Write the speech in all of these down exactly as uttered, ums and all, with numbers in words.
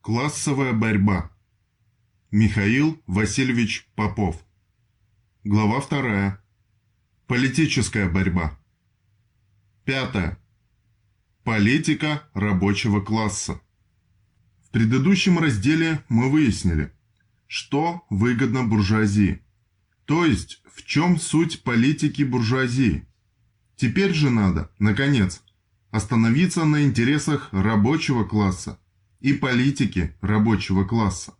Классовая борьба. Михаил Васильевич Попов. Глава вторая. Политическая борьба. Пятое. Политика рабочего класса. В предыдущем разделе мы выяснили, что выгодно буржуазии, то есть в чем суть политики буржуазии. Теперь же надо, наконец, остановиться на интересах рабочего класса и политики рабочего класса.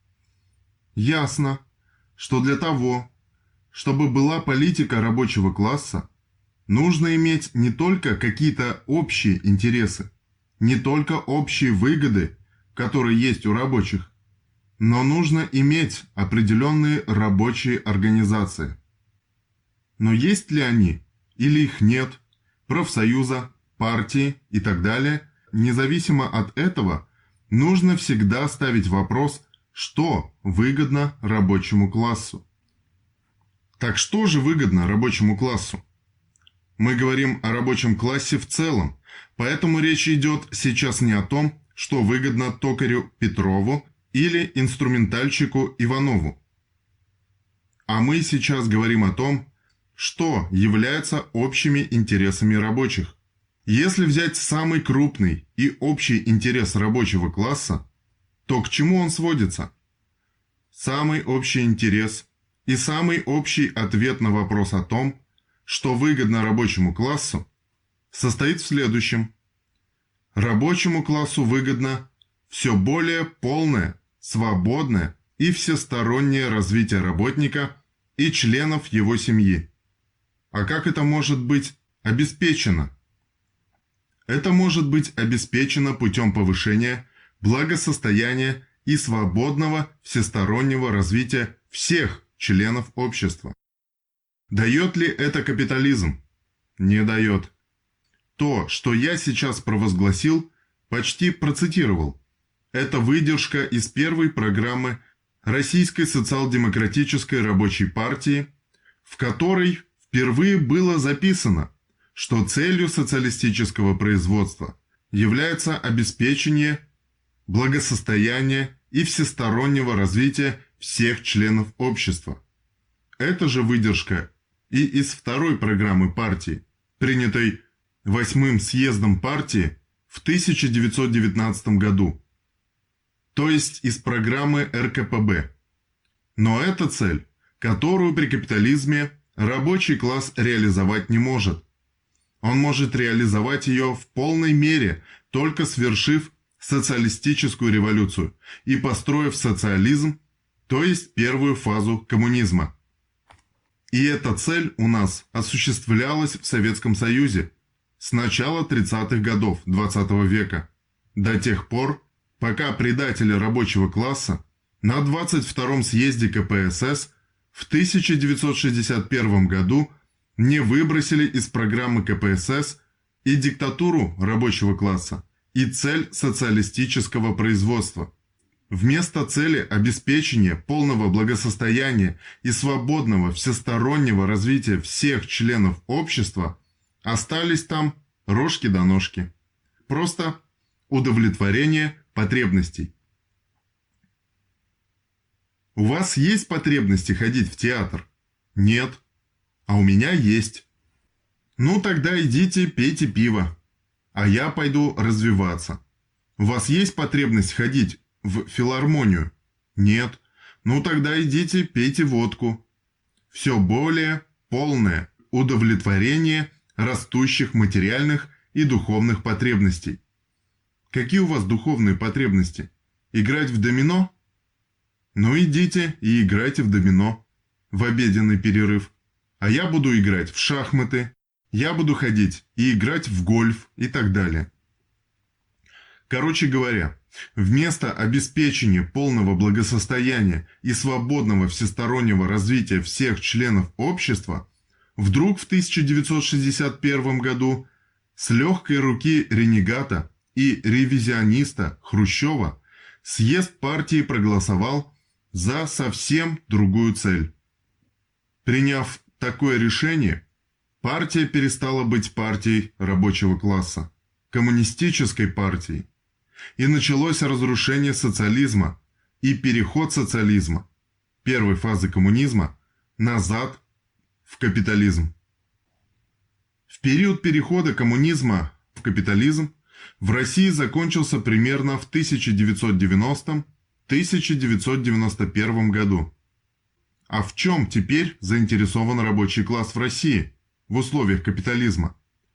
Ясно, что для того, чтобы была политика рабочего класса, нужно иметь не только какие-то общие интересы, не только общие выгоды, которые есть у рабочих, но нужно иметь определенные рабочие организации. Но есть ли они, или их нет, профсоюза, партии и так далее, независимо от этого, нужно всегда ставить вопрос, что выгодно рабочему классу. Так что же выгодно рабочему классу? Мы говорим о рабочем классе в целом, поэтому речь идет сейчас не о том, что выгодно токарю Петрову или инструментальщику Иванову. А мы сейчас говорим о том, что является общими интересами рабочих. Если взять самый крупный и общий интерес рабочего класса, то к чему он сводится? Самый общий интерес и самый общий ответ на вопрос о том, что выгодно рабочему классу, состоит в следующем. Рабочему классу выгодно все более полное, свободное и всестороннее развитие работника и членов его семьи. А как это может быть обеспечено? Это может быть обеспечено путем повышения благосостояния и свободного всестороннего развития всех членов общества. Дает ли это капитализм? Не дает. То, что я сейчас провозгласил, почти процитировал. Это выдержка из первой программы Российской социал-демократической рабочей партии, в которой впервые было записано, что целью социалистического производства является обеспечение благосостояния и всестороннего развития всех членов общества. Это же выдержка и из второй программы партии, принятой восьмым съездом партии в тысяча девятьсот девятнадцатом году, то есть из программы эр ка пэ бэ. Но это цель, которую при капитализме рабочий класс реализовать не может. Он может реализовать ее в полной мере, только свершив социалистическую революцию и построив социализм, то есть первую фазу коммунизма. И эта цель у нас осуществлялась в Советском Союзе с начала тридцатых годов двадцатого века, до тех пор, пока предатели рабочего класса на двадцать втором съезде ка пэ эс эс в тысяча девятьсот шестьдесят первом году не выбросили из программы ка пэ эс эс и диктатуру рабочего класса, и цель социалистического производства. Вместо цели обеспечения полного благосостояния и свободного всестороннего развития всех членов общества остались там рожки да ножки. Просто удовлетворение потребностей. У вас есть потребности ходить в театр? Нет. А у меня есть. Ну тогда идите пейте пиво, а я пойду развиваться. У вас есть потребность ходить в филармонию? Нет. Ну тогда идите пейте водку. Все более полное удовлетворение растущих материальных и духовных потребностей. Какие у вас духовные потребности? Играть в домино? Ну идите и играйте в домино в обеденный перерыв. А я буду играть в шахматы, я буду ходить и играть в гольф и так далее. Короче говоря, вместо обеспечения полного благосостояния и свободного всестороннего развития всех членов общества, вдруг в тысяча девятьсот шестьдесят первом году с легкой руки ренегата и ревизиониста Хрущева съезд партии проголосовал за совсем другую цель. Приняв такое решение, партия перестала быть партией рабочего класса, коммунистической партией, и началось разрушение социализма и переход социализма, первой фазы коммунизма, назад в капитализм. В период перехода коммунизма в капитализм в России закончился примерно в тысяча девятьсот девяностом — тысяча девятьсот девяносто первом году. А в чем теперь заинтересован рабочий класс в России в условиях капитализма?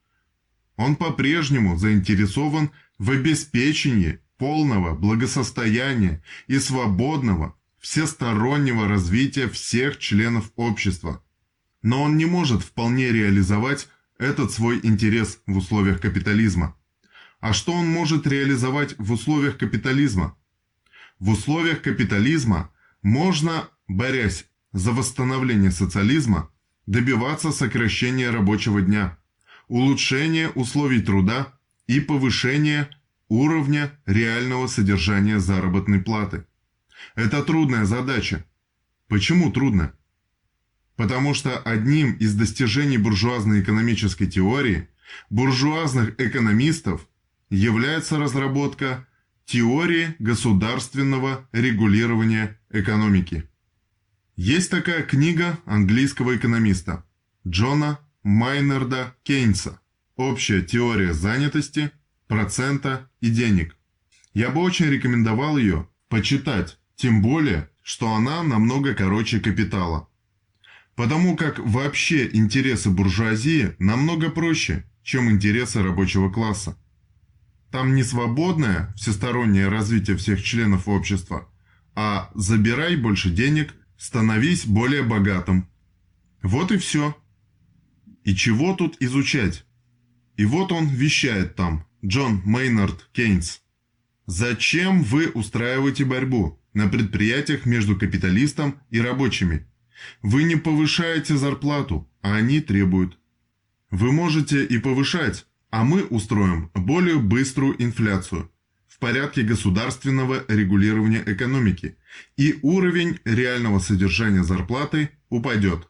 Он по-прежнему заинтересован в обеспечении полного благосостояния и свободного, всестороннего развития всех членов общества. Но он не может вполне реализовать этот свой интерес в условиях капитализма. А что он может реализовать в условиях капитализма? В условиях капитализма можно, борясь за восстановление социализма, добиваться сокращения рабочего дня, улучшения условий труда и повышения уровня реального содержания заработной платы. Это трудная задача. Почему трудно? Потому что одним из достижений буржуазной экономической теории буржуазных экономистов является разработка теории государственного регулирования экономики. Есть такая книга английского экономиста Джона Майнарда Кейнса «Общая теория занятости, процента и денег». Я бы очень рекомендовал ее почитать, тем более, что она намного короче «Капитала». Потому как вообще интересы буржуазии намного проще, чем интересы рабочего класса. Там не свободное всестороннее развитие всех членов общества, а забирай больше денег, становись более богатым. Вот и все. И чего тут изучать? И вот он вещает там, Джон Мейнард Кейнс. Зачем вы устраиваете борьбу на предприятиях между капиталистом и рабочими? Вы не повышаете зарплату, а они требуют. Вы можете и повышать, а мы устроим более быструю инфляцию в порядке государственного регулирования экономики, и уровень реального содержания зарплаты упадет.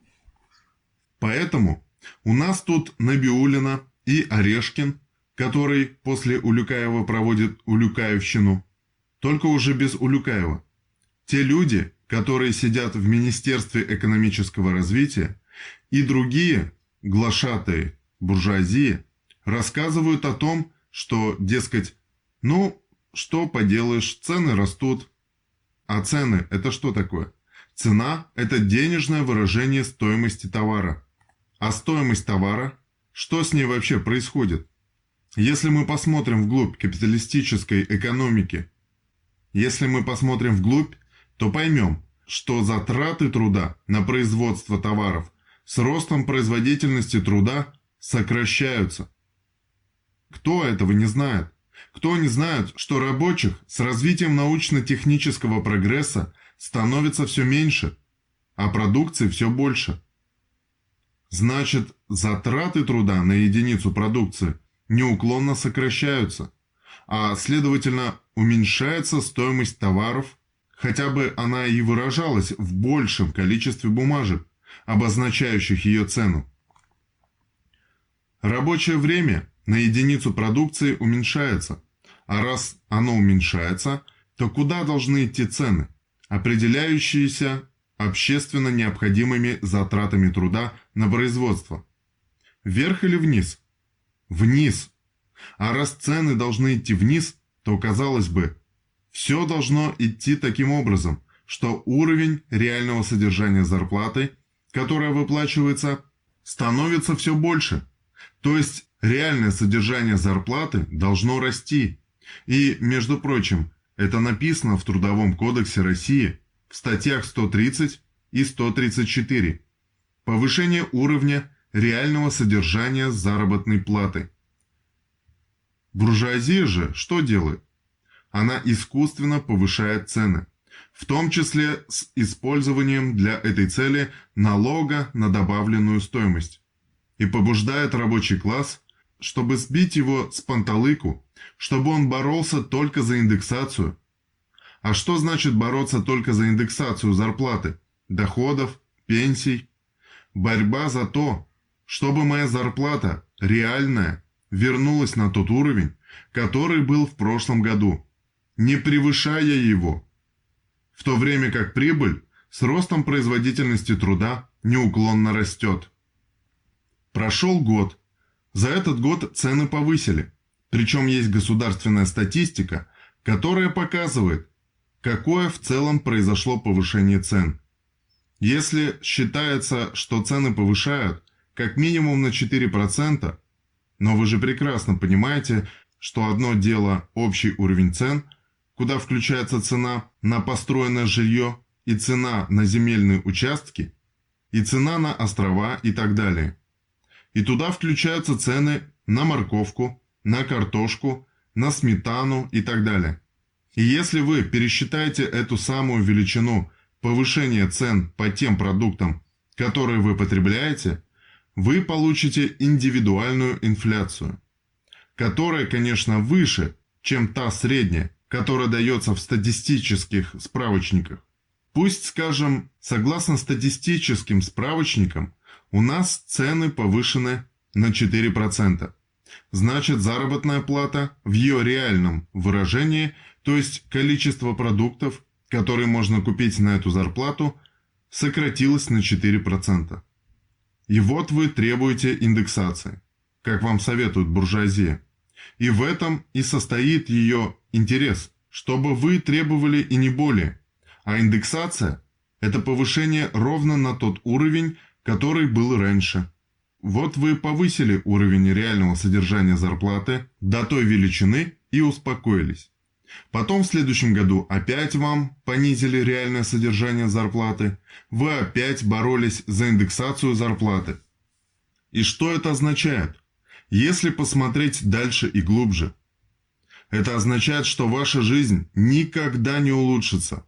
Поэтому у нас тут Набиуллина и Орешкин, который после Улюкаева проводит Улюкаевщину, только уже без Улюкаева. Те люди, которые сидят в Министерстве экономического развития, и другие глашатые буржуазии рассказывают о том, что, дескать, ну, что поделаешь, цены растут. А цены – это что такое? Цена – это денежное выражение стоимости товара. А стоимость товара, что с ней вообще происходит? Если мы посмотрим вглубь капиталистической экономики, если мы посмотрим вглубь, то поймем, что затраты труда на производство товаров с ростом производительности труда сокращаются. Кто этого не знает? Кто не знает, что рабочих с развитием научно-технического прогресса становится все меньше, а продукции все больше? Значит, затраты труда на единицу продукции неуклонно сокращаются, а следовательно уменьшается стоимость товаров, хотя бы она и выражалась в большем количестве бумажек, обозначающих ее цену. Рабочее время на единицу продукции уменьшается, а раз оно уменьшается, то куда должны идти цены, определяющиеся общественно необходимыми затратами труда на производство? Вверх или вниз? Вниз. А раз цены должны идти вниз, то, казалось бы, все должно идти таким образом, что уровень реального содержания зарплаты, которая выплачивается, становится все больше. То есть реальное содержание зарплаты должно расти. И, между прочим, это написано в Трудовом кодексе России в статьях сто тридцать и сто тридцать четыре. Повышение уровня реального содержания заработной платы. Буржуазия же что делает? Она искусственно повышает цены, в том числе с использованием для этой цели налога на добавленную стоимость, и побуждает рабочий класс, чтобы сбить его с панталыку, чтобы он боролся только за индексацию. А что значит бороться только за индексацию зарплаты, доходов, пенсий? Борьба за то, чтобы моя зарплата, реальная, вернулась на тот уровень, который был в прошлом году, не превышая его, в то время как прибыль с ростом производительности труда неуклонно растет. Прошел год. За этот год цены повысили. Причем есть государственная статистика, которая показывает, какое в целом произошло повышение цен. Если считается, что цены повышают как минимум на четыре процента, но вы же прекрасно понимаете, что одно дело общий уровень цен, куда включается цена на построенное жилье и цена на земельные участки, и цена на острова и так далее. И туда включаются цены на морковку, на картошку, на сметану и так далее. И если вы пересчитаете эту самую величину повышения цен по тем продуктам, которые вы потребляете, вы получите индивидуальную инфляцию, которая, конечно, выше, чем та средняя, которая дается в статистических справочниках. Пусть, скажем, согласно статистическим справочникам, у нас цены повышены на четыре процента. Значит, заработная плата в ее реальном выражении, то есть количество продуктов, которые можно купить на эту зарплату, сократилось на четыре процента. И вот вы требуете индексации, как вам советует буржуазия. И в этом и состоит ее интерес, чтобы вы требовали и не более. А индексация – это повышение ровно на тот уровень, который был раньше. Вот вы повысили уровень реального содержания зарплаты до той величины и успокоились. Потом в следующем году опять вам понизили реальное содержание зарплаты, вы опять боролись за индексацию зарплаты. И что это означает? Если посмотреть дальше и глубже, это означает, что ваша жизнь никогда не улучшится.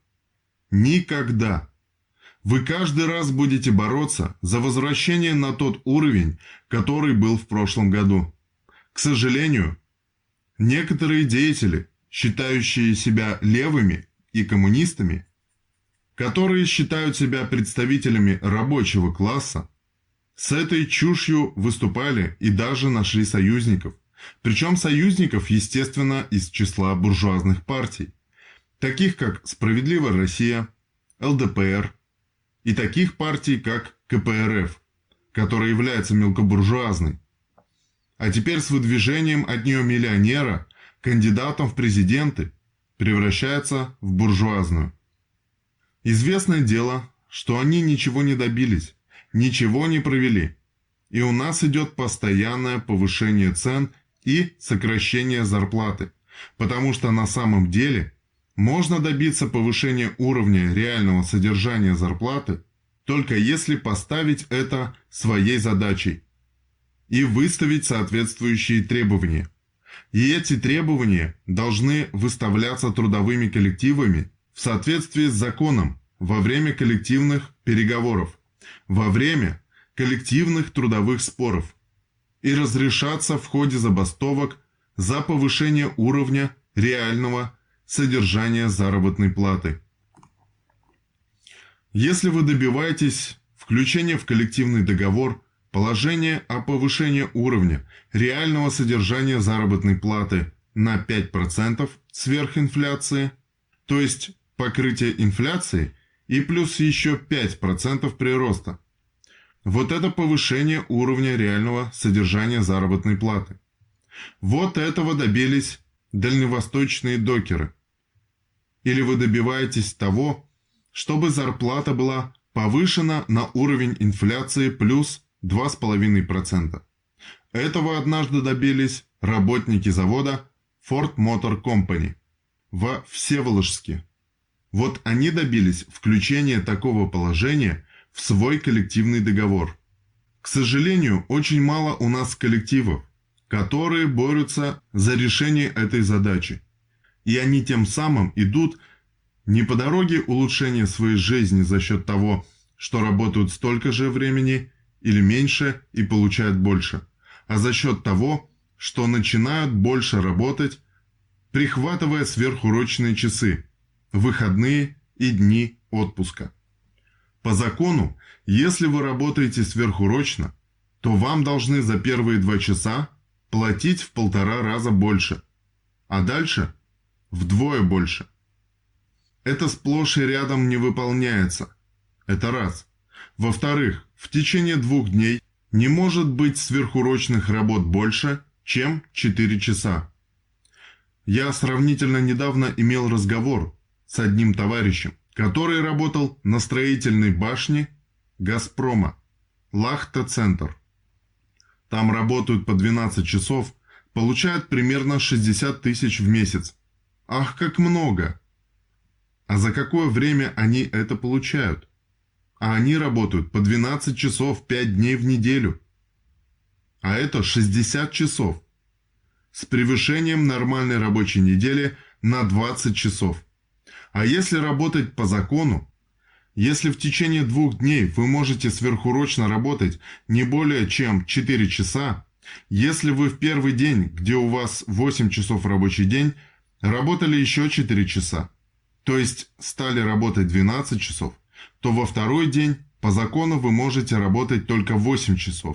Никогда. Вы каждый раз будете бороться за возвращение на тот уровень, который был в прошлом году. К сожалению, некоторые деятели, считающие себя левыми и коммунистами, которые считают себя представителями рабочего класса, с этой чушью выступали и даже нашли союзников. Причем союзников, естественно, из числа буржуазных партий, таких как «Справедливая Россия», эл дэ пэ эр, и таких партий, как ка пэ эр эф, которая является мелкобуржуазной. А теперь с выдвижением от нее миллионера кандидатом в президенты превращается в буржуазную. Известное дело, что они ничего не добились, ничего не провели, и у нас идет постоянное повышение цен и сокращение зарплаты, потому что на самом деле можно добиться повышения уровня реального содержания зарплаты только если поставить это своей задачей и выставить соответствующие требования. И эти требования должны выставляться трудовыми коллективами в соответствии с законом во время коллективных переговоров, во время коллективных трудовых споров и разрешаться в ходе забастовок за повышение уровня реального содержания заработной платы. Если вы добиваетесь включения в коллективный договор положения о повышении уровня реального содержания заработной платы на пять процентов сверх инфляции, то есть покрытие инфляции и плюс еще пять процентов прироста, вот это повышение уровня реального содержания заработной платы. Вот этого добились дальневосточные докеры. Или вы добиваетесь того, чтобы зарплата была повышена на уровень инфляции плюс два и пять десятых процента. Этого однажды добились работники завода Ford Motor Company во Всеволожске. Вот они добились включения такого положения в свой коллективный договор. К сожалению, очень мало у нас коллективов, которые борются за решение этой задачи. И они тем самым идут не по дороге улучшения своей жизни за счет того, что работают столько же времени или меньше и получают больше, а за счет того, что начинают больше работать, прихватывая сверхурочные часы, выходные и дни отпуска. По закону, если вы работаете сверхурочно, то вам должны за первые два часа платить в полтора раза больше, а дальше вдвое больше. Это сплошь и рядом не выполняется. Это раз. Во-вторых, в течение двух дней не может быть сверхурочных работ больше, чем четыре часа. Я сравнительно недавно имел разговор с одним товарищем, который работал на строительной башне «Газпрома», Лахта-центр. Там работают по двенадцать часов, получают примерно шестьдесят тысяч в месяц. Ах, как много! А за какое время они это получают? А они работают по двенадцать часов пять дней в неделю. А это шестьдесят часов. С превышением нормальной рабочей недели на двадцать часов. А если работать по закону, если в течение двух дней вы можете сверхурочно работать не более чем четыре часа, если вы в первый день, где у вас восемь часов рабочий день, работали еще четыре часа, то есть стали работать двенадцать часов, то во второй день по закону вы можете работать только восемь часов.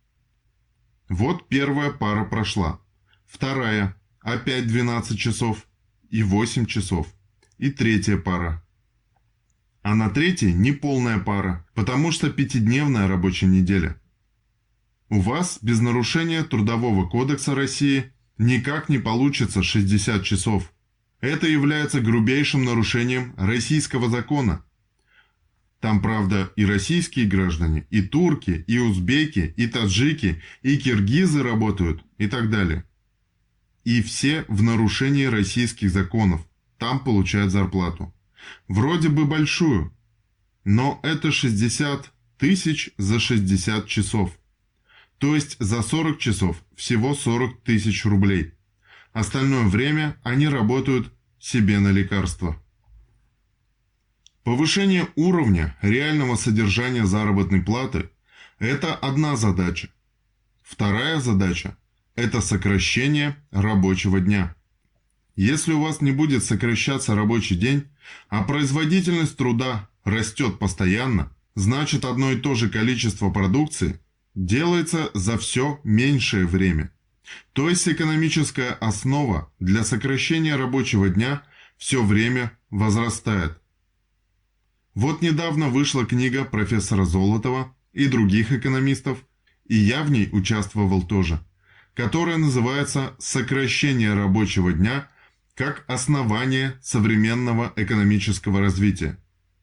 Вот первая пара прошла. Вторая – опять двенадцать часов и восемь часов. И третья пара. А на третьей неполная пара, потому что пятидневная рабочая неделя. У вас без нарушения Трудового кодекса России никак не получится шестьдесят часов. Это является грубейшим нарушением российского закона. Там, правда, и российские граждане, и турки, и узбеки, и таджики, и киргизы работают, и так далее. И все в нарушении российских законов. Там получают зарплату. Вроде бы большую, но это шестьдесят тысяч за шестьдесят часов. То есть за сорок часов всего сорок тысяч рублей. Остальное время они работают себе на лекарства. Повышение уровня реального содержания заработной платы – это одна задача. Вторая задача – это сокращение рабочего дня. Если у вас не будет сокращаться рабочий день, а производительность труда растет постоянно, значит одно и то же количество продукции делается за все меньшее время. То есть экономическая основа для сокращения рабочего дня все время возрастает. Вот недавно вышла книга профессора Золотова и других экономистов, и я в ней участвовал тоже, которая называется «Сокращение рабочего дня как основание современного экономического развития».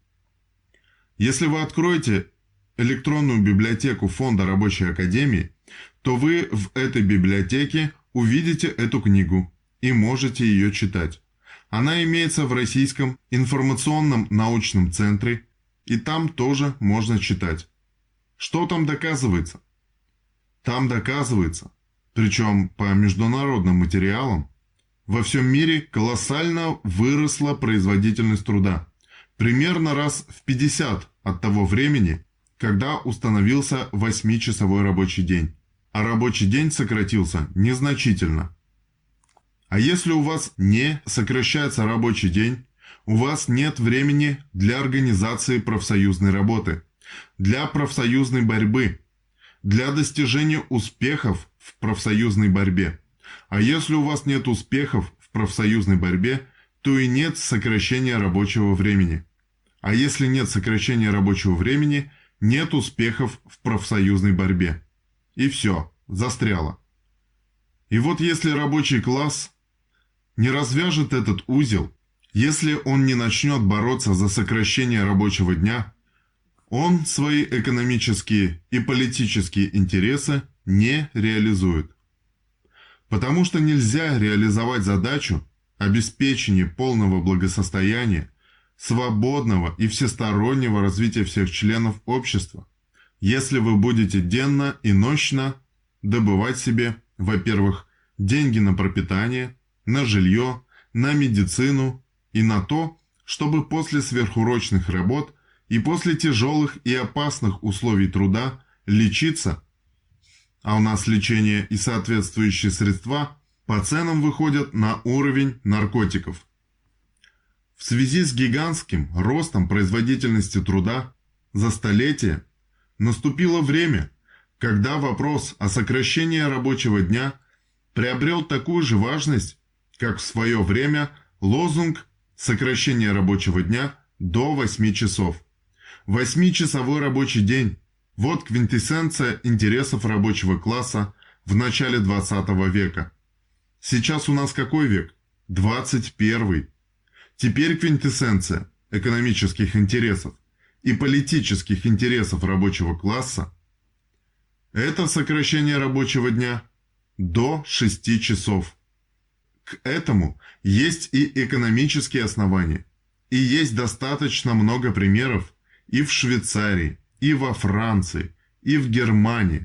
Если вы откроете электронную библиотеку Фонда Рабочей Академии, то вы в этой библиотеке увидите эту книгу и можете ее читать. Она имеется в Российском информационном научном центре, и там тоже можно читать. Что там доказывается? Там доказывается, причем по международным материалам, во всем мире колоссально выросла производительность труда. Примерно раз в пятьдесят от того времени, когда установился восьмичасовой рабочий день. А рабочий день сократился незначительно. А если у вас не сокращается рабочий день, у вас нет времени для организации профсоюзной работы, для профсоюзной борьбы, для достижения успехов в профсоюзной борьбе. А если у вас нет успехов в профсоюзной борьбе, то и нет сокращения рабочего времени. А если нет сокращения рабочего времени, нет успехов в профсоюзной борьбе. И все, застряло. И вот если рабочий класс не развяжет этот узел, если он не начнет бороться за сокращение рабочего дня, он свои экономические и политические интересы не реализует. Потому что нельзя реализовать задачу обеспечения полного благосостояния, свободного и всестороннего развития всех членов общества, если вы будете денно и нощно добывать себе, во-первых, деньги на пропитание, на жилье, на медицину и на то, чтобы после сверхурочных работ и после тяжелых и опасных условий труда лечиться, а у нас лечение и соответствующие средства по ценам выходят на уровень наркотиков. В связи с гигантским ростом производительности труда за столетие наступило время, когда вопрос о сокращении рабочего дня приобрел такую же важность, как в свое время лозунг сокращения рабочего дня до восьми часов. Восьмичасовой рабочий день – вот квинтэссенция интересов рабочего класса в начале двадцатого века. Сейчас у нас какой век? двадцать первый. Теперь квинтэссенция экономических интересов и политических интересов рабочего класса – это сокращение рабочего дня до шести часов. К этому есть и экономические основания, и есть достаточно много примеров и в Швейцарии, и во Франции, и в Германии.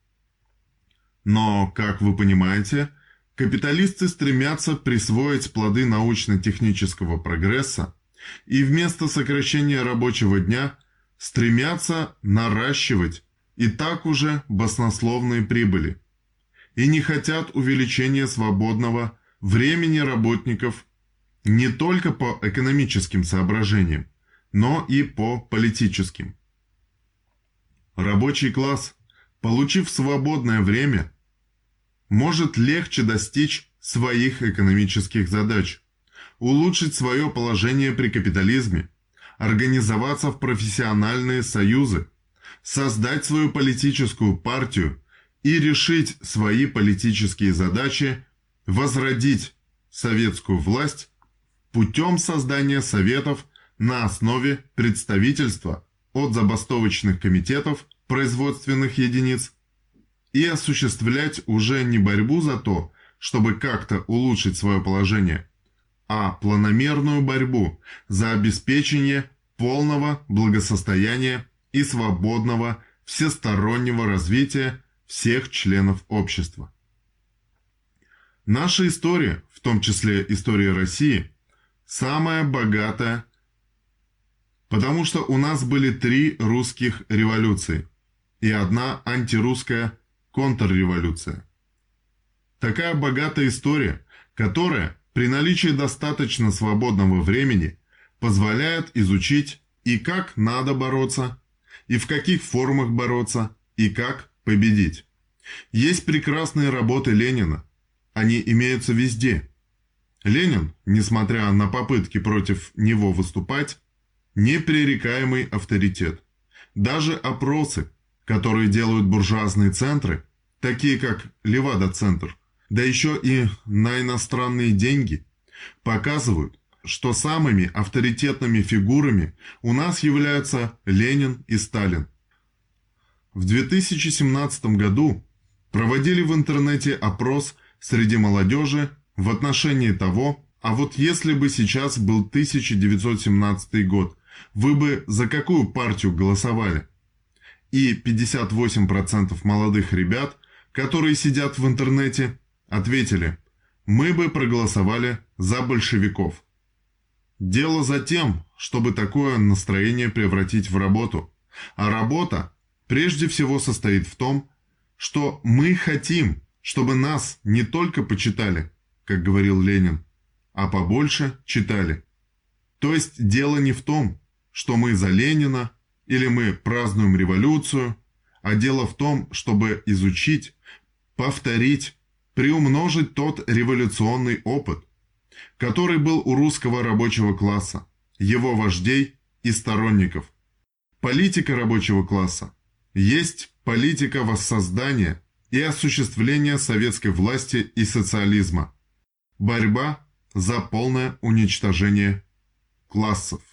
Но, как вы понимаете, капиталисты стремятся присвоить плоды научно-технического прогресса и вместо сокращения рабочего дня стремятся наращивать и так уже баснословные прибыли и не хотят увеличения свободного времени работников не только по экономическим соображениям, но и по политическим. Рабочий класс, получив свободное время, может легче достичь своих экономических задач, улучшить свое положение при капитализме, организоваться в профессиональные союзы, создать свою политическую партию и решить свои политические задачи, возродить советскую власть путем создания советов на основе представительства от забастовочных комитетов производственных единиц и осуществлять уже не борьбу за то, чтобы как-то улучшить свое положение, а планомерную борьбу за обеспечение полного благосостояния и свободного всестороннего развития всех членов общества. Наша история, в том числе история России, самая богатая, потому что у нас были три русских революции и одна антирусская контрреволюция. Такая богатая история, которая при наличии достаточно свободного времени позволяет изучить и как надо бороться, и в каких формах бороться, и как победить. Есть прекрасные работы Ленина. Они имеются везде. Ленин, несмотря на попытки против него выступать, непререкаемый авторитет. Даже опросы, которые делают буржуазные центры, такие как Левада-центр, да еще и на иностранные деньги, показывают, что самыми авторитетными фигурами у нас являются Ленин и Сталин. В две тысячи семнадцатом году проводили в интернете опрос среди молодежи в отношении того, а вот если бы сейчас был тысяча девятьсот семнадцатый год, вы бы за какую партию голосовали? И пятьдесят восемь процентов молодых ребят, которые сидят в интернете, ответили: мы бы проголосовали за большевиков. Дело за тем, чтобы такое настроение превратить в работу. А работа прежде всего состоит в том, что мы хотим, чтобы нас не только почитали, как говорил Ленин, а побольше читали. То есть дело не в том, что мы за Ленина или мы празднуем революцию, а дело в том, чтобы изучить, повторить, приумножить тот революционный опыт, который был у русского рабочего класса, его вождей и сторонников. Политика рабочего класса есть политика воссоздания и осуществления советской власти и социализма. Борьба за полное уничтожение классов.